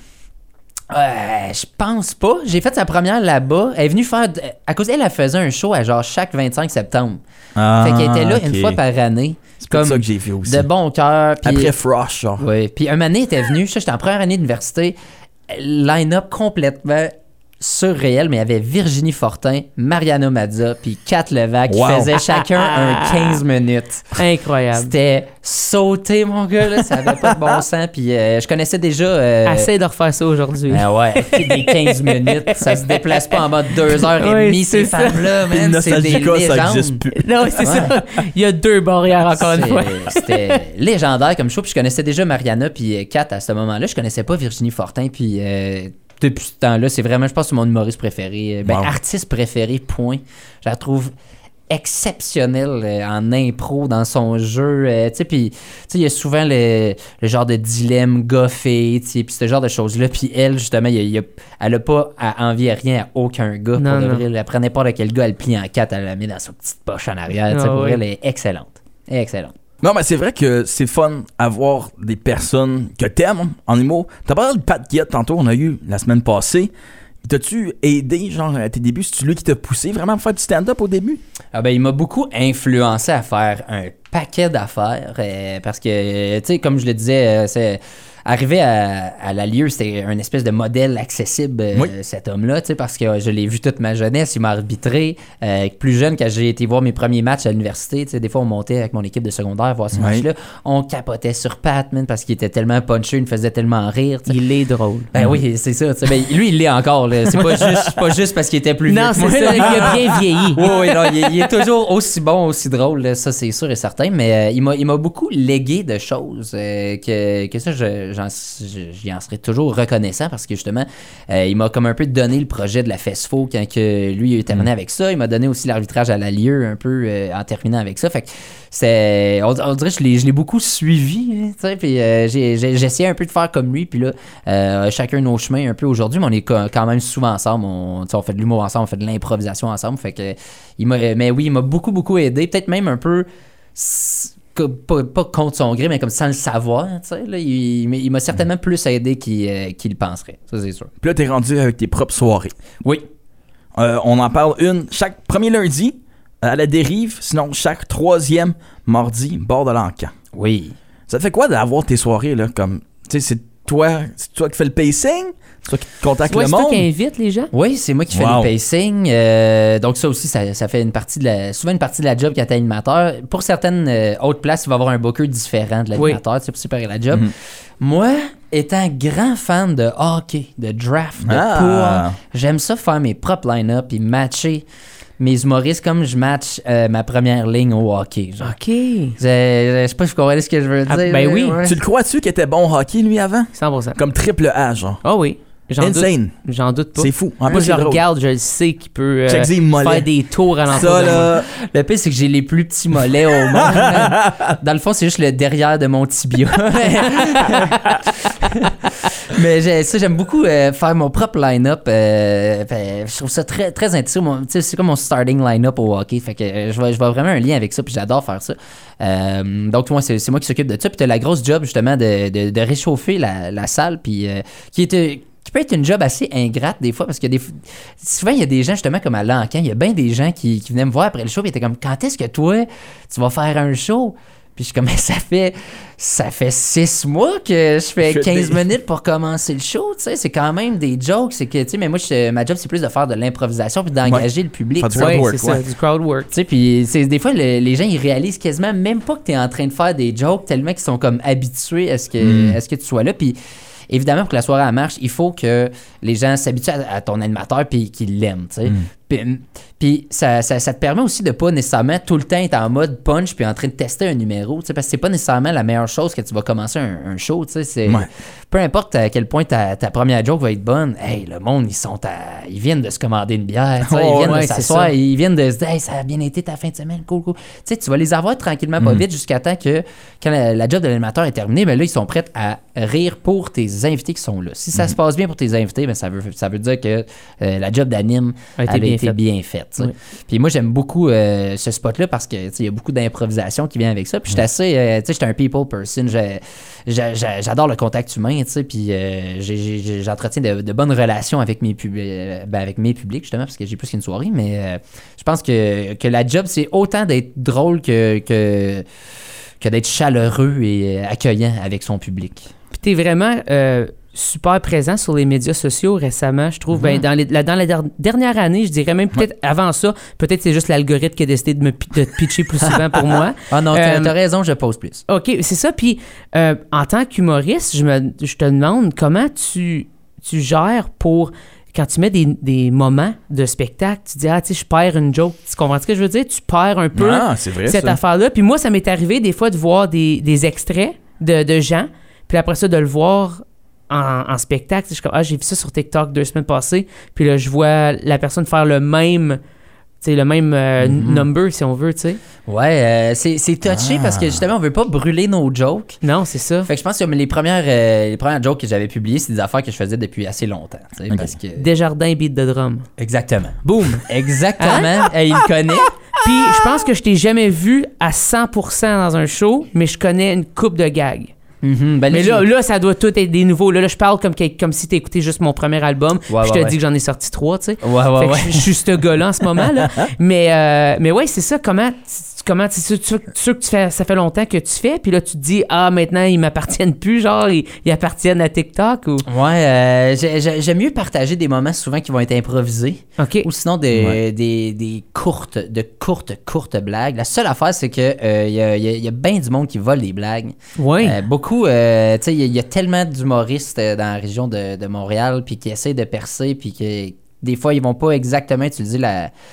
Euh, je pense pas. J'ai fait sa première là-bas. Elle est venue faire. À cause d'elle, elle faisait un show à genre chaque vingt-cinq septembre. Ah, fait qu'elle était là une ok. fois par année. C'est comme Comme ça que j'ai fait aussi. de bon cœur. puis- Après Frosh, genre. Oui. Puis un moment donné, elle était venue. Ça, j'étais en première année d'université. Line-up complètement surréel, mais il y avait Virginie Fortin, Mariana Mazza, puis Kat Levac qui Wow. faisaient chacun un quinze minutes. Incroyable. C'était sauté, mon gars, là. Ça avait pas de bon sens. Puis euh, je connaissais déjà. euh, Essaye de refaire ça aujourd'hui. Ah ouais, des quinze minutes. Ça se déplace pas en mode deux heures et Oui, demie, c'est ces ça. femmes-là, Puis man. C'est des Nostalgica, ça légendes. existe plus. Non, c'est Ouais. ça. Il y a deux barrières encore une C'est- fois. C'était légendaire comme show. Puis je connaissais déjà Mariana puis euh, Kat à ce moment-là. Je connaissais pas Virginie Fortin. Puis euh, depuis ce temps-là, c'est vraiment, je pense, c'est mon humoriste préféré. Ben, Wow. artiste préféré, point. Je la trouve exceptionnelle euh, en impro dans son jeu. euh, tu sais, puis tu sais, il y a souvent le, le genre de dilemme gars-fille, tu sais, puis ce genre de choses-là. Puis elle, justement, il y a- il y a- elle a pas à envier rien à aucun gars. Non, pour de non. vrai. Elle prend n'importe quel gars, elle plie en quatre, elle la met dans sa petite poche en arrière. tu sais, Ah pour ouais. elle, elle est excellente. Excellente. Non, mais c'est vrai que c'est fun avoir des personnes que t'aimes en humour. T'as parlé de Pat Guillette tantôt, on a eu la semaine passée. T'as-tu aidé, genre, à tes débuts? C'est-tu lui qui t'a poussé vraiment à faire du stand-up au début? Ah ben, il m'a beaucoup influencé à faire un paquet d'affaires euh, parce que, tu sais, comme je le disais, euh, c'est arrivé à, à la Lieu, c'était un espèce de modèle accessible, euh, Oui. cet homme-là, tu sais, parce que je l'ai vu toute ma jeunesse, il m'a arbitré. Euh, plus jeune, quand j'ai été voir mes premiers matchs à l'université, tu sais, des fois, on montait avec mon équipe de secondaire voir ces Oui. matchs-là. On capotait sur Pat, man, parce qu'il était tellement punché, il me faisait tellement rire, tu sais. Il est drôle. Ben oui, c'est ça. tu sais. Ben, lui, il l'est encore. Là. C'est pas juste, c'est pas juste parce qu'il était plus vieux. Non, que c'est moi, ça. là. Il a bien vieilli. Oui, oui, non, il, est- il est toujours aussi bon, aussi drôle, là, ça c'est sûr et certain, mais euh, il m'a il m'a beaucoup légué de choses euh, que, que ça, je- j'en, j'y en serai toujours reconnaissant parce que justement, euh, il m'a comme un peu donné le projet de la FESFO quand que lui il a terminé mm. avec ça. Il m'a donné aussi l'arbitrage à la L I E un peu euh, en terminant avec ça. Fait que c'est, on, on dirait que je l'ai, je l'ai beaucoup suivi, tu sais, puis euh, j'ai, j'ai, j'essayais un peu de faire comme lui, puis là, euh, chacun nos chemins un peu aujourd'hui, mais on est quand même souvent ensemble. On, on fait de l'humour ensemble, on fait de l'improvisation ensemble. Fait que il m'a, mais oui, il m'a beaucoup beaucoup aidé, peut-être même un peu. Pas, pas contre son gré, mais comme sans le savoir, tu sais, là, il, il m'a certainement plus aidé qu'il, euh, qu'il penserait, ça c'est sûr. Puis là, t'es rendu avec tes propres soirées. Oui. Euh, on en parle une chaque premier lundi à la Dérive, sinon chaque troisième mardi, bord de l'Encan. Oui. Ça te fait quoi d'avoir tes soirées, là, comme, tu sais, c'est toi, c'est toi qui fais le pacing? C'est toi qui contacte ouais, le monde? C'est toi qui invite les gens? Oui, c'est moi qui fais wow. les pacing. Euh, donc ça aussi, ça, ça fait une partie de la, souvent une partie de la job quand t'es animateur. Pour certaines euh, autres places, il va y avoir un booker différent de l'animateur, oui. C'est pour séparer la job. Mm-hmm. Moi, étant grand fan de hockey, de draft, de ah. pool, j'aime ça faire mes propres line-up et matcher mes humoristes comme je match euh, ma première ligne au hockey. Genre. OK. Je, je sais pas si vous comprenez ce que je veux dire. Ah, ben oui. Ouais. Tu le crois-tu qu'il était bon au hockey, lui, avant? cent pour cent. Comme triple A, genre. Ah oh, oui. J'en Insane. Doute, j'en doute pas. C'est fou. En Moi, je le regarde, je le sais qu'il peut euh, faire des tours à l'entour ça, là... Le pire, c'est que j'ai les plus petits mollets au monde. Dans le fond, c'est juste le derrière de mon tibia. Mais j'ai, ça, j'aime beaucoup euh, faire mon propre line-up. Euh, ben, je trouve ça très, très intéressant. C'est comme mon starting line-up au hockey. Fait que euh, je vois, je vois vraiment un lien avec ça, puis j'adore faire ça. Euh, donc, moi, c'est, c'est moi qui s'occupe de ça. Puis t'as la grosse job, justement, de, de, de réchauffer la, la salle, puis euh, qui était... qui peut être une job assez ingrate des fois, parce que des, souvent, il y a des gens, justement, comme à l'Encan, il y a bien des gens qui, qui venaient me voir après le show, et étaient comme, quand est-ce que toi, tu vas faire un show? Puis je suis comme, ça fait, ça fait six mois que je fais quinze minutes pour commencer le show, tu sais, c'est quand même des jokes, c'est que, tu sais, mais moi, je, ma job, c'est plus de faire de l'improvisation puis d'engager ouais. le public. Faire du crowd work, c'est ça, ouais. du crowd work. Tu sais, puis c'est, des fois, le, les gens, ils réalisent quasiment même pas que t'es en train de faire des jokes, tellement qu'ils sont comme habitués à ce que, mm. à ce que tu sois là, puis évidemment, pour que la soirée elle marche, il faut que les gens s'habituent à, à ton animateur puis qu'ils l'aiment, tu sais. Mm. Puis, puis ça, ça, ça te permet aussi de pas nécessairement tout le temps être en mode punch puis en train de tester un numéro, tu sais, parce que c'est pas nécessairement la meilleure chose que tu vas commencer un, un show, tu sais. C'est, ouais. Peu importe à quel point ta, ta première joke va être bonne, hey, le monde, ils sont à, ils viennent de se commander une bière, tu sais, oh, ils viennent ouais, de s'asseoir, ils viennent de se dire, hey, ça a bien été ta fin de semaine, cool, cool. Tu sais, tu vas les avoir tranquillement, pas mm. vite, jusqu'à temps que, quand la, la job de l'animateur est terminée, ben là, ils sont prêts à rire pour tes invités qui sont là. Si ça mm. se passe bien pour tes invités, ben ça veut, ça veut dire que euh, la job d'anime a été bien, été fait. bien faite. Oui. Puis moi, j'aime beaucoup euh, ce spot-là parce que il y a beaucoup d'improvisation qui vient avec ça. Puis j'étais assez, euh, tu sais, j'étais un people person. J'ai, j'ai, j'adore le contact humain, tu sais. Puis euh, j'ai, j'ai, j'entretiens de, de bonnes relations avec mes, pub- euh, ben avec mes publics, justement, parce que j'ai plus qu'une soirée. Mais euh, je pense que, que la job, c'est autant d'être drôle que, que, que d'être chaleureux et accueillant avec son public. Puis t'es vraiment... Euh... super présent sur les médias sociaux récemment, je trouve. Mm-hmm. Ben, dans, les, la, dans la der- dernière année, je dirais même peut-être ouais. avant ça, peut-être c'est juste l'algorithme qui a décidé de me p- de pitcher plus souvent pour moi. Ah non, t'as, euh, t'as raison, je pose plus. OK, c'est ça. Puis, euh, en tant qu'humoriste, je, me, je te demande comment tu, tu gères pour... Quand tu mets des, des moments de spectacle, tu dis, ah, tu sais, je perds une joke. Tu comprends ce que je veux dire? Tu perds un peu ah, c'est vrai, cette ça. affaire-là. Puis moi, ça m'est arrivé des fois de voir des, des extraits de, de gens, puis après ça, de le voir... En, en spectacle, je suis comme, ah, j'ai vu ça sur TikTok deux semaines passées, puis là, je vois la personne faire le même, tu sais, le même euh, mm-hmm. number, si on veut, tu sais. Ouais, euh, c'est, c'est touché ah. parce que justement, on veut pas brûler nos jokes. Non, c'est ça. Fait que je pense que les premières, euh, les premières jokes que j'avais publiées, c'est des affaires que je faisais depuis assez longtemps, tu sais, okay. parce que... Desjardins beat de drum. Exactement. Boum. Exactement. Hein? Hey, il me connaît. Puis je pense que je t'ai jamais vu à cent pour cent dans un show, mais je connais une coupe de gags. Mm-hmm. Ben, mais là, là, ça doit tout être des nouveaux. Là, là je parle comme, comme si t'écoutais juste mon premier album. Ouais, puis je ouais, te ouais. dis que j'en ai sorti trois, tu sais. Ouais, ouais, fait ouais. que je, je suis ce gars-là en ce moment, là. mais, euh, mais ouais, c'est ça. Comment, comment c'est sûr, sûr, sûr que tu fais, ça fait longtemps que tu fais, puis là, tu te dis, ah, maintenant, ils m'appartiennent plus, genre, ils, ils appartiennent à TikTok ou. Ouais, euh, j'ai, j'aime mieux partager des moments souvent qui vont être improvisés. OK. Ou sinon des, ouais. des, des courtes, de courtes, courtes blagues. La seule affaire, c'est que il euh, y a, y a, y a bien du monde qui vole des blagues. Oui. Euh, beaucoup, euh, tu sais, il y, y a tellement d'humoristes dans la région de, de Montréal, puis qui essaient de percer, puis que des fois, ils vont pas exactement utiliser la.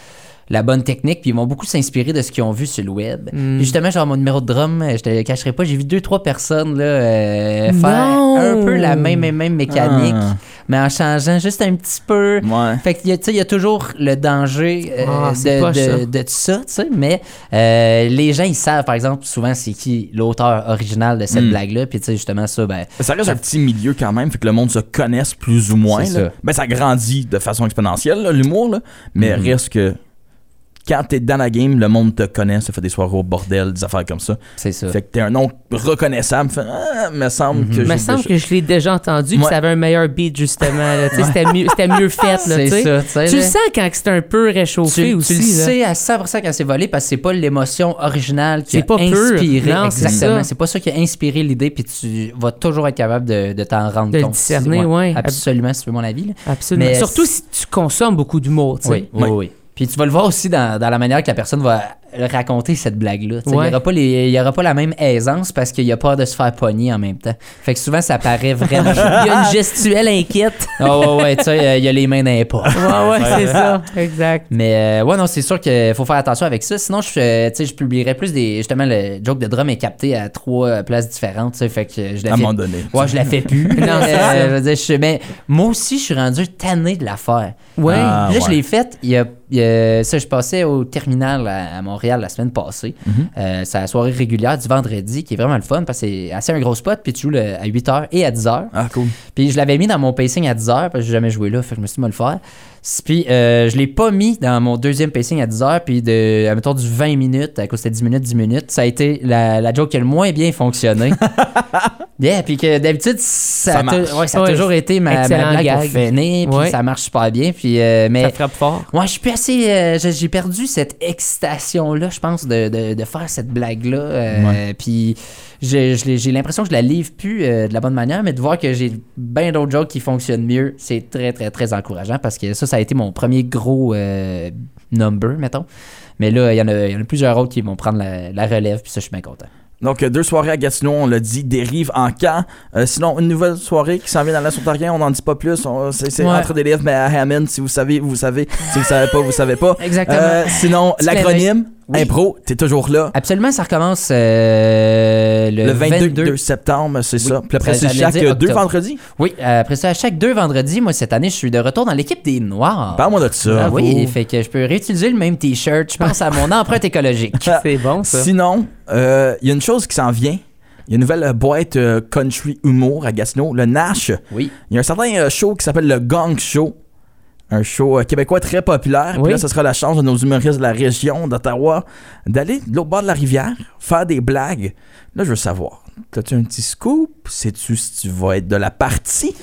la bonne technique, puis ils vont beaucoup s'inspirer de ce qu'ils ont vu sur le web. Mm. Puis justement, genre mon numéro de drum, je te le cacherai pas, j'ai vu deux, trois personnes là, euh, faire Non! un peu la même, même, même mécanique, Ah. mais en changeant juste un petit peu. Ouais. Fait que, tu sais, il y a toujours le danger euh, Ah, c'est de, poche, ça. de, de tout ça, tu sais, mais euh, les gens, ils savent, par exemple, souvent, c'est qui l'auteur original de cette Mm. blague-là, puis tu sais, justement, ça, ben... Ça reste un petit milieu quand même, fait que le monde se connaisse plus ou moins. C'est là. ça. Ben, ça grandit de façon exponentielle, là, l'humour, là. mais Mhm. reste que quand t'es dans la game, le monde te connaît, ça fait des soirées au bordel, des affaires comme ça. C'est ça. Fait que t'es un nom reconnaissable. Fait, ah, me semble Mhm. que Il me j'ai semble déjà- que je l'ai déjà entendu, que Ouais. ça avait un meilleur beat, justement. Là. Tu sais, C'était mieux, c'était mieux fait. Là, C'est tu sais. ça, tu sais. Tu le là. sens quand c'est un peu réchauffé Tu, aussi. tu le là. sais à cent pour cent quand c'est volé parce que c'est pas l'émotion originale qui C'est a pas pur. inspiré. Non, c'est exactement. ça. C'est pas ça qui a inspiré l'idée, puis tu vas toujours être capable de, de t'en rendre De le compte. discerner, ouais. Absolument, si tu veux mon avis. Là. Absolument. Mais Surtout c'est- si tu consommes beaucoup d'humour. tu sais. Oui, oui, Oui. oui. Puis tu vas le voir aussi dans, dans la manière que la personne va raconter cette blague-là. Tu sais, Ouais. Il n'y aura, pas les- il y aura pas la même aisance parce qu'il y a peur de se faire pogner en même temps. Fait que souvent, ça paraît vraiment... Il y a une gestuelle inquiète. oh, ouais, ouais, tu sais, euh, il y a les mains dans les poches. Ouais, ouais, c'est ça. Exact. Mais euh, ouais, non, c'est sûr qu'il faut faire attention avec ça. Sinon, je, euh, tu sais, je publierais plus des... Justement, le joke de drum est capté à trois euh, places différentes. tu sais, Fait que je la À un fais... moment donné. Ouais, je la fais plus. Non, c'est Euh, ça. je veux dire, je- mais moi aussi, je suis rendu tanné de la faire. Ouais. Ah, Là, je ouais. l'ai faite. Il y a, il y a- ça, je passais au terminal à, à Montréal la semaine passée. Mhm. Euh, c'est la soirée régulière du vendredi qui est vraiment le fun parce que c'est assez un gros spot. Puis tu joues le- à huit heures et à dix heures. Ah, cool. Puis je l'avais mis dans mon pacing à dix heures parce que j'ai jamais joué là. Fait que je me suis dit, moi le faire. Puis euh, je l'ai pas mis dans mon deuxième pacing à dix heures. Puis de, admettons, du vingt minutes, à cause c'était dix minutes, dix minutes, ça a été la, la joke qui a le moins bien fonctionné. Yeah, puis que d'habitude, ça, Ça a, marche. tou- ouais, ça a Ouais. toujours été ma, ma Excellent blague gag. pour finir. Puis Ouais. ça marche super bien. Puis, euh, mais Ça frappe fort. moi, je suis plus assez. euh, j'ai j'ai perdu cette excitation-là, je pense, de, de, de faire cette blague-là. Euh, Puis je- je l'ai- j'ai l'impression que je la livre plus euh, de la bonne manière, mais de voir que j'ai bien d'autres jokes qui fonctionnent mieux, c'est très, très, très encourageant parce que ça, ça a été mon premier gros euh, number, mettons. Mais là, il y, en a- il y en a plusieurs autres qui vont prendre la, la relève, puis ça, je suis bien content. Donc, euh, deux soirées à Gatineau, on l'a dit, dérive en camp. Euh, sinon, une nouvelle soirée qui s'en vient dans l'Est ontarien, on n'en dit pas plus. On- C'est c'est Ouais. entre des livres, mais à Hammond, si vous savez, vous savez. Si vous savez pas, vous savez pas. Exactement. Euh, sinon, Petit l'acronyme, Oui. Impro, t'es toujours là. Absolument, ça recommence euh, le, Le vingt-deux vingt-deux. septembre, c'est Oui. ça. Puis après, Ça, c'est j'allais chaque dire euh, deux octobre. vendredis. Oui, euh, après ça, à chaque deux vendredis, moi, cette année, je suis de retour dans l'équipe des Noirs. Parle-moi de ça. Ah oui, fait que je peux réutiliser le même t-shirt. Je pense à mon empreinte écologique. C'est bon, ça. Sinon, euh, il y a une chose qui s'en vient. Il y a une nouvelle euh, boîte euh, country humour à Gatineau, le Nash. Oui. Il y a un certain euh, show qui s'appelle le Gang Show. Un show euh, québécois très populaire. Puis Oui. là, ce sera la chance de nos humoristes de la région d'Ottawa d'aller de l'autre bord de la rivière, faire des blagues. Là, je veux savoir, t'as-tu un petit scoop? Sais-tu si tu vas être de la partie?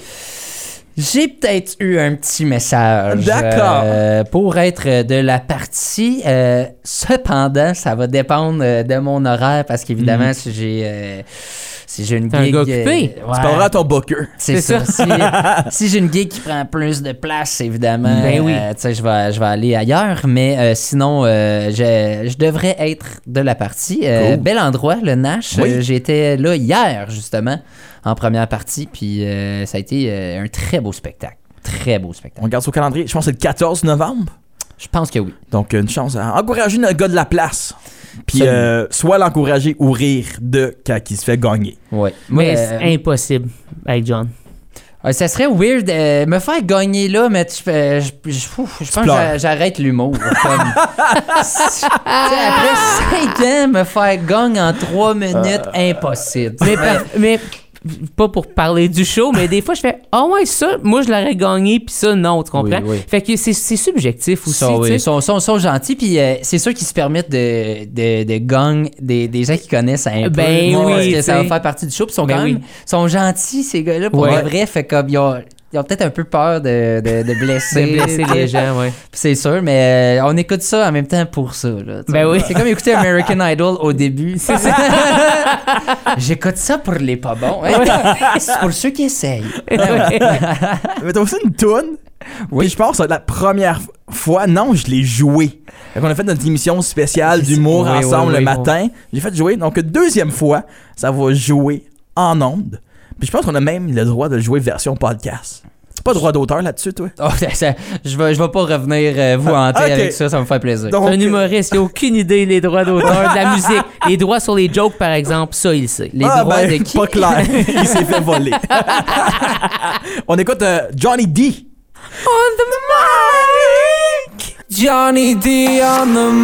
J'ai peut-être eu un petit message. D'accord. euh, pour être de la partie. Euh, cependant, ça va dépendre euh, de mon horaire parce qu'évidemment, Mhm. si j'ai. euh, si j'ai une T'es un gig. gars occupé. ouais, Tu parleras à ton booker. C'est C'est ça. Si, si j'ai une gig qui prend plus de place, évidemment, Ben oui. euh, tu sais, je vais, je vais aller ailleurs. Mais euh, sinon, euh, je, je devrais être de la partie. Euh, Cool. Bel endroit, le Nash. Oui. Euh, J'étais là hier, justement, en première partie. Puis euh, ça a été euh, un très beau spectacle. Très beau On spectacle. regarde sur le calendrier. Je pense que c'est le quatorze novembre. Je pense que oui. Donc, une chance à encourager notre gars de la place. Puis, Absolument. euh, soit l'encourager ou rire de quand il se fait gagner. Ouais. Mais euh, c'est impossible avec John. euh, ça serait weird euh, me faire gagner là, mais je, euh, je, je, ouf, je pense que pleures. j'a- j'arrête l'humour. Comme- Tu sais, après cinq ans, me faire gagner en trois minutes, impossible. Mais, par- mais pas pour parler du show, mais des fois, je fais « Ah ouais, ça, moi, je l'aurais gagné, puis ça, non, tu comprends? Oui, oui. Fait que c'est c'est subjectif aussi, Sont, tu oui, sais. sont, sont, sont gentils, puis euh, c'est sûr qu'ils se permettent de, de, de gagner des, des gens qui connaissent un peu. Ben Moi, oui, parce que tu ça va sais. faire partie du show, puis ils sont Ben quand oui. même sont gentils, ces gars-là, pour Ouais. le vrai. Fait comme ils ont, ils ont peut-être un peu peur de, de, de blesser. De blesser les gens, ouais. C'est sûr, mais euh, on écoute ça en même temps pour ça. Là, tu sais. Ben oui. C'est comme écouter American Idol au début. C'est ça. J'écoute ça pour les pas bons. hein. C'est pour ceux qui essayent. Mais t'as aussi une toune. Oui. Puis je pense que c'est la première fois, non, je l'ai joué. Fait qu'on a fait notre émission spéciale Je sais- d'humour oui, ensemble oui, le oui, matin. J'ai fait jouer. Donc, deuxième fois, ça va jouer en ondes. Puis je pense qu'on a même le droit de le jouer version podcast. Pas de droit d'auteur là-dessus, toi? Oh, ça, je vais, je vais pas revenir euh, vous hanter Ah, okay. avec ça, ça me fait plaisir. Donc, C'est un humoriste, il a aucune idée les droits d'auteur de la musique. Les droits sur les jokes, par exemple, ça, il le sait. Les ah, droits ben, de qui? pas clair. Il s'est fait voler. On écoute euh, Johnny D. On the mic! Johnny D on the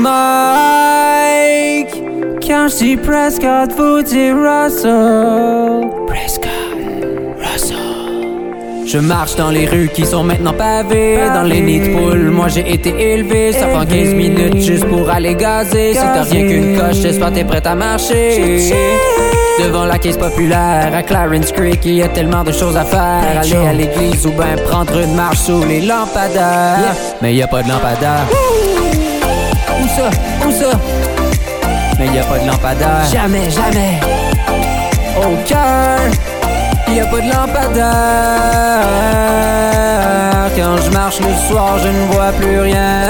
mic. Quand je dis Prescott, vous dites Russell. Prescott, Russell. Je marche dans les rues qui sont maintenant pavées. Dans les nids de poules, moi j'ai été élevé. Ça prend quinze minutes juste pour aller gazer. Si t'as rien qu'une coche, j'espère t'es prête à marcher. Devant la caisse populaire à Clarence Creek, il y a tellement de choses à faire. Aller à l'église ou ben prendre une marche sous les lampadaires. Mais y a pas de lampadaire. Où ça? Où ça? Mais y a pas de lampadaire. Jamais, jamais. Au cœur, y a pas de lampadaire. Quand je marche le soir, je ne vois plus rien.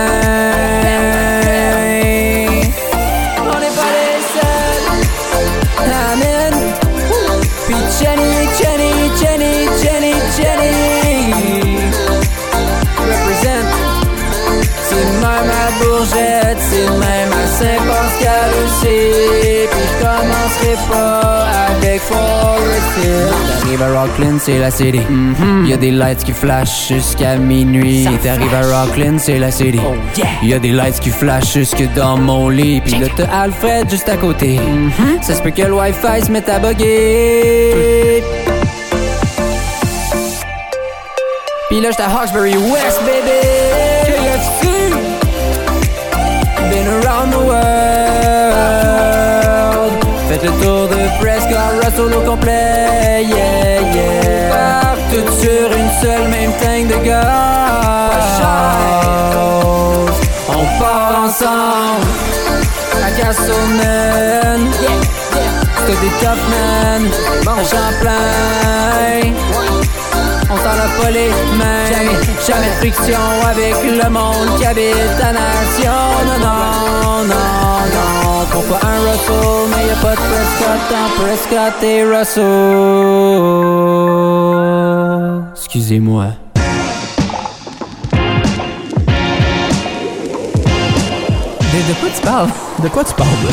On n'est pas les seuls. Amen. Puis Jenny, Jenny, Jenny, Jenny, Jenny represent. C'est le même à Bourgette, c'est le même à Saint-Pascal aussi. Puis je commencerai pas avec Forest Hill. T'arrives à Rockland, c'est la city. Mm-hmm. Y'a des lights qui flashent jusqu'à minuit. T'arrives à Rockland, c'est la city. Oh, yeah. Y'a des lights qui flashent jusque dans mon lit. Puis là t'as Alfred juste à côté. Mm-hmm. Ça se peut que le Wi-Fi se mette à bugger. Puis là j'étais à Hawkesbury West, baby. K F C. Been around the world. Faites le tour de Prescott, Russell au complet. Yeah, yeah. Partout sur une seule même tank de gaz. On part ensemble à Castleman. C'est des tough men. Bon, Champlain. On s'en a pas les mains. Jamais, jamais de friction avec le monde qui habite la nation. Non, non, non, non. Pourquoi un Russell, mais y'a pas de Prescott dans Prescott et Russell. Excusez-moi. De, de quoi tu parles? De quoi tu parles?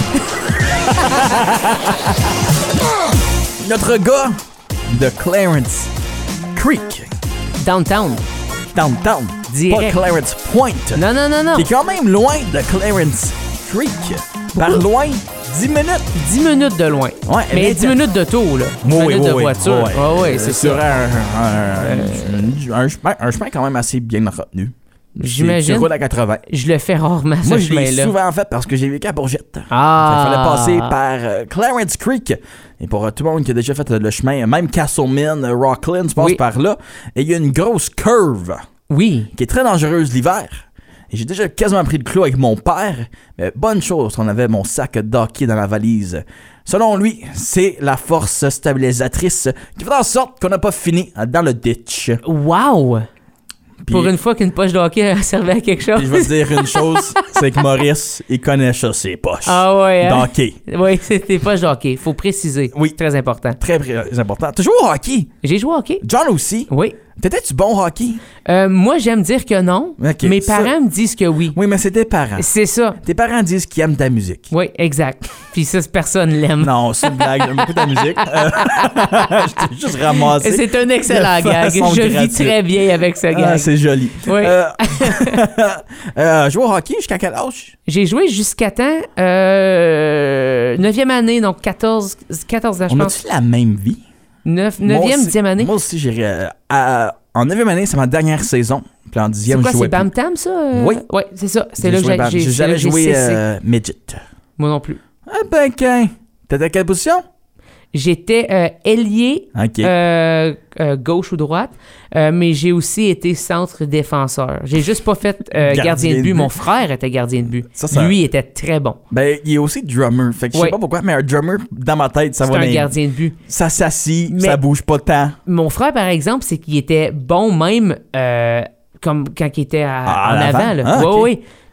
Notre gars de Clarence Creek. Downtown. Downtown. Direct. Pas Clarence Point. Non, non, non, non. T'es quand même loin de Clarence Creek. Par loin, dix minutes. dix minutes de loin. Ouais, mais dix minutes de tour, là. dix Oui, minutes oui, de oui, voiture. oui. Ah ouais, c'est sur ça. un, un, un, un, chemin, un chemin quand même assez bien retenu. J'imagine. Tu roules à quatre-vingts. Je le fais rarement, ce Moi, je l'ai chemin-là. souvent fait parce que j'ai vécu à Bourgette. Ah. Il fallait passer par euh, Clarence Creek. Et pour euh, tout le monde qui a déjà fait euh, le chemin, même Castleman, euh, Rockland, tu passes Oui. par là. Et il y a une grosse curve Oui. qui est très dangereuse l'hiver. Et j'ai déjà quasiment pris le clou avec mon père. Mais bonne chose, on avait mon sac d'hockey dans la valise. Selon lui, c'est la force stabilisatrice qui fait en sorte qu'on n'a pas fini dans le ditch. Wow! Puis- Pour une fois qu'une poche de hockey servait à quelque chose. Puis je vais te dire une chose, c'est que Maurice, il connaît ça, ses poches. Ah ouais, hein? D'hockey. Oui, c'était poches de hockey. Faut préciser. Oui. Très important. Très, très important. Tu joues au hockey? J'ai joué au hockey. John aussi? Oui. T'étais-tu bon au hockey? Euh, moi, j'aime dire que non. Ok, Mes ça- parents me disent que oui. Oui, mais c'est tes parents. C'est ça. Tes parents disent qu'ils aiment ta musique. Oui, exact. Puis ça, personne l'aime. Non, c'est une blague, j'aime beaucoup ta musique. Euh, je t'ai juste ramassé. C'est un excellent de gag. façon Je vis gratuite. très bien avec ce gag. Ah, c'est joli. Oui. Euh, euh, jouer au hockey jusqu'à quel âge? J'ai joué jusqu'à temps, euh, neuvième année, donc quatorze, quatorze ans, je On pense. a-tu la même vie? Neuf- Moi neuvième, aussi- dixième année. Moi aussi, j'ai. euh, à- en neuvième année, c'est ma dernière saison. Puis en C'est dixième, quoi, je jouais c'est plus. Bam Tam, ça? euh? Oui. Oui, c'est ça. C'est J'ai là que joué j'ai, Bam- j'ai, J'ai c'est là jamais que j'ai joué cessé. euh, midget. Moi non plus. Ah ben, qu'un. T'étais à quelle position? J'étais euh, ailier, Ok. euh, euh, gauche ou droite, euh, mais j'ai aussi été centre défenseur. J'ai juste pas fait euh, Gardien gardien de de but. but. Mon frère était gardien de but. Ça, ça- Lui était très bon. Ben, il est aussi drummer. Fait que je Oui. sais pas pourquoi, mais un drummer, dans ma tête, ça C'est va un bien. gardien de but. Ça s'assit, Mais- ça bouge pas tant. Mon frère, par exemple, c'est qu'il était bon même euh, comme quand il était à- Ah, à en l'avant? avant. Là. Ah, Oui, ok. oui.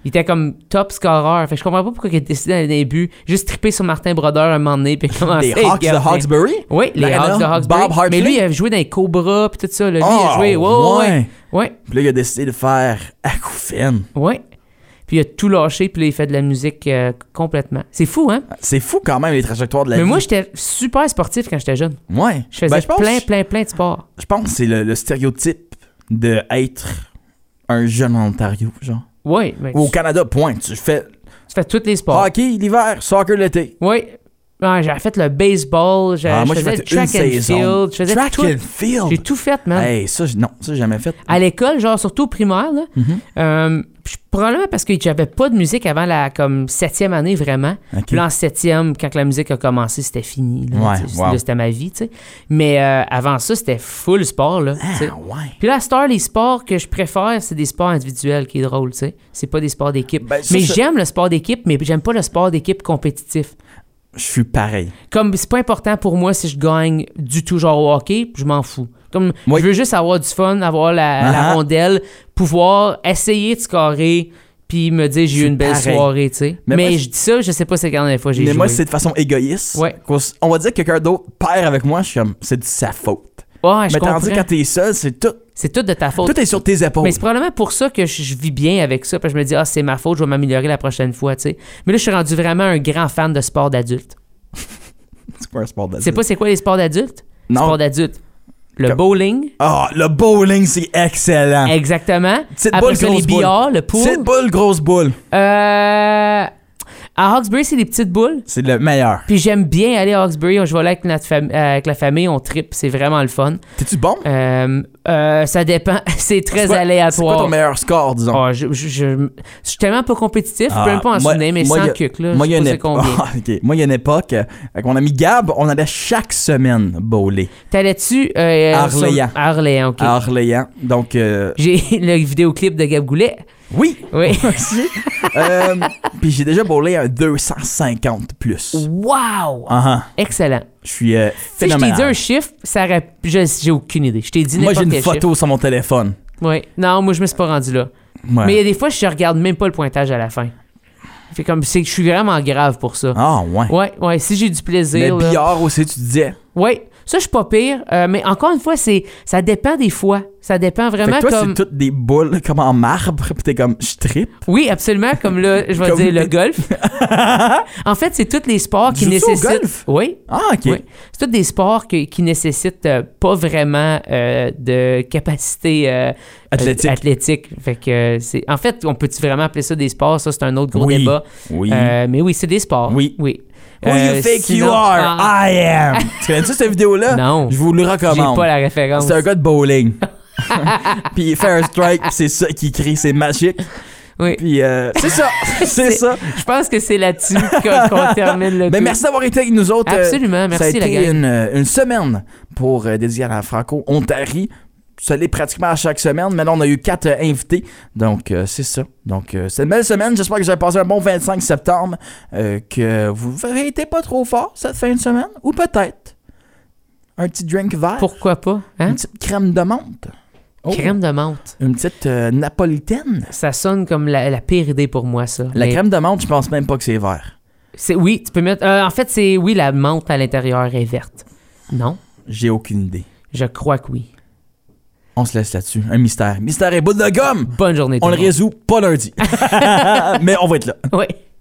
Il était comme top scorer. Fait que je comprends pas pourquoi il a décidé dans les buts. Juste trippé sur Martin Brodeur un moment donné. Puis commencé Les Hawks de Hawkesbury? Oui, les L'Arena, Hawks de Hawkesbury. Bob Hartley? Mais lui, il a joué dans les Cobras puis tout ça. Là. Lui, Oh, il a joué. Ouais, ouais, ouais. ouais. Puis là, il a décidé de faire acouphène. Ouais. Puis il a tout lâché, puis là, il fait de la musique euh, complètement. C'est fou, hein? C'est fou quand même, les trajectoires de la Mais vie. moi, j'étais super sportif quand j'étais jeune. Ouais. Je faisais Ben, je pense- plein, plein, plein de sports. Je pense que c'est le, le stéréotype de être un jeune en Ontario, genre. Oui, mais Ou au tu, Canada, point. Tu fais tu fais tous les sports. hockey l'hiver, soccer l'été. Oui. Ouais, j'avais fait le baseball, j'ai, Ah, moi, je j'ai faisais fait le track une and saison. field, je faisais Track tout. and field. J'ai tout fait, man. Hey, ça, j- non, ça, j'ai jamais fait. À l'école, genre, surtout au primaire, là, Mhm. euh, puis probablement parce que j'avais pas de musique avant la comme septième année, vraiment. Ok. Puis là, en septième, quand la musique a commencé, c'était fini. Là, Ouais, tu sais, wow. là, c'était ma vie, tu sais. Mais euh, avant ça, c'était full sport, là. tu sais. Ah, ouais. Puis là, à cette heure, les sports que je préfère, c'est des sports individuels qui est drôle, tu sais. C'est pas des sports d'équipe. Ben, ça, mais ça- j'aime le sport d'équipe, mais j'aime pas le sport d'équipe compétitif. Je suis pareil. Comme c'est pas important pour moi si je gagne du tout genre au hockey, je m'en fous. Comme Oui. je veux juste avoir du fun, avoir la, Uh-huh. la rondelle, pouvoir essayer de scorer, puis me dire j'ai eu C'est une belle pareil. soirée, tu sais. Mais, Mais moi, je dis ça, je sais pas c'est quand la dernière fois j'ai Mais joué. moi, c'est de façon égoïste. Ouais. Cause- On va dire que quelqu'un d'autre perd avec moi, je suis comme, c'est de sa faute. Ouais, je Mais comprends. tandis que quand t'es seul, c'est tout. C'est tout de ta faute. Tout est sur tes épaules. Mais c'est probablement pour ça que je, je vis bien avec ça, parce que je me dis ah c'est ma faute, je vais m'améliorer la prochaine fois, tu sais. Mais là je suis rendu vraiment un grand fan de sport d'adulte. C'est quoi un sport d'adulte? Tu sais pas c'est quoi les sports d'adultes? Non. Sport d'adulte. Le Comme- bowling. Ah, le bowling, c'est excellent. Exactement. Petite Après boule, ça, les grosse boule. billards, le pool. Petite boule, grosse boule. Euh, à Hawkesbury, c'est des petites boules. C'est le meilleur. Puis j'aime bien aller à Hawkesbury. Je vais là avec, notre fam- euh, avec la famille, on tripe, c'est vraiment le fun. T'es-tu bon? Euh, euh, ça dépend. C'est très C'est quoi- aléatoire. C'est quoi ton meilleur score, disons? Ah, je, je, je- je suis tellement pas compétitif, je Ah, peux même pas en moi- souvenir, mais moi, sans y a- cuc, là. Moi, il y je a une sais pas c'est époque. combien. Ah, ok. Moi, il y a une époque, euh, avec mon ami Gab, on allait chaque semaine bowler T'allais-tu euh, À sur- Orléans. à Orléans, ok. à Orléans. Donc, euh, J'ai le vidéoclip de Gab Goulet. oui. Oui. Aussi. Euh, Puis j'ai déjà bowlé un deux cent cinquante plus. Wow! Ah, ah. Excellent. Je suis euh, Tu sais, je t'ai phénoménal. dit un chiffre, ça aurait... je- J'ai aucune idée. Je t'ai dit Moi, n'importe j'ai une quel photo sur mon téléphone. chiffre. Oui. Non, moi, je me suis pas rendu là. Ouais. Mais il y a des fois, je regarde même pas le pointage à la fin. Fait comme, c'est que je suis vraiment grave pour ça. Ah, ouais. Ouais, ouais, si j'ai du Mais plaisir. là- billard aussi, tu disais. Ouais, ça, je suis pas pire. euh, mais encore une fois, c'est ça dépend des fois. Ça dépend Fait vraiment que toi, comme. c'est toutes des boules comme en marbre, pis t'es comme, je trippe. Oui, absolument. Comme là, je vais Comme dire le des- golf. En fait, c'est tous les sports qui Joues-tu au nécessitent. golf? Oui. Ah, ok. Oui. C'est tous des sports que- qui nécessitent euh, pas vraiment euh, de capacité euh, Athlétique. euh, athlétique. Fait que euh, c'est. En fait, on peut-tu vraiment appeler ça des sports? Ça, c'est un autre gros Oui. débat. Oui. Euh, mais oui, c'est des sports. Oui. Oui. Who Euh, you think sinon- you are? Ah, I am. Tu connais-tu cette vidéo-là? Non. Je vous le j'ai recommande. pas la référence. C'est un gars de bowling. Puis il fait un strike, pis c'est ça qui crie, c'est magique. Oui. Puis euh, c'est ça, c'est C'est- ça. Je pense que c'est là-dessus qu'on qu'on termine le Ben tout. merci d'avoir été avec nous autres. Euh, Absolument, Ça a merci la été gang. une, euh, une semaine pour euh, dédier à la Franco-Ontarie. Ça l'est pratiquement à chaque semaine, mais là, on a eu quatre euh, invités. Donc, euh, c'est ça. Donc, euh, c'est une belle semaine. J'espère que vous avez passé un bon vingt-cinq septembre. euh, que vous avez été pas trop fort cette fin de semaine. Ou peut-être un petit drink vert. Pourquoi pas? Hein? Une petite crème de menthe. Oh. Crème de menthe. Une petite euh, napolitaine. Ça sonne comme la, la pire idée pour moi, ça. La Mais crème de menthe, je pense même pas que c'est vert. c'est, oui, tu peux mettre... euh, en fait, c'est... Oui, la menthe à l'intérieur est verte. Non? J'ai aucune idée. Je crois que oui. On se laisse là-dessus. Un mystère. Mystère et bout de gomme! Bonne journée tout On le le monde. résout pas lundi. Mais on va être là. Oui.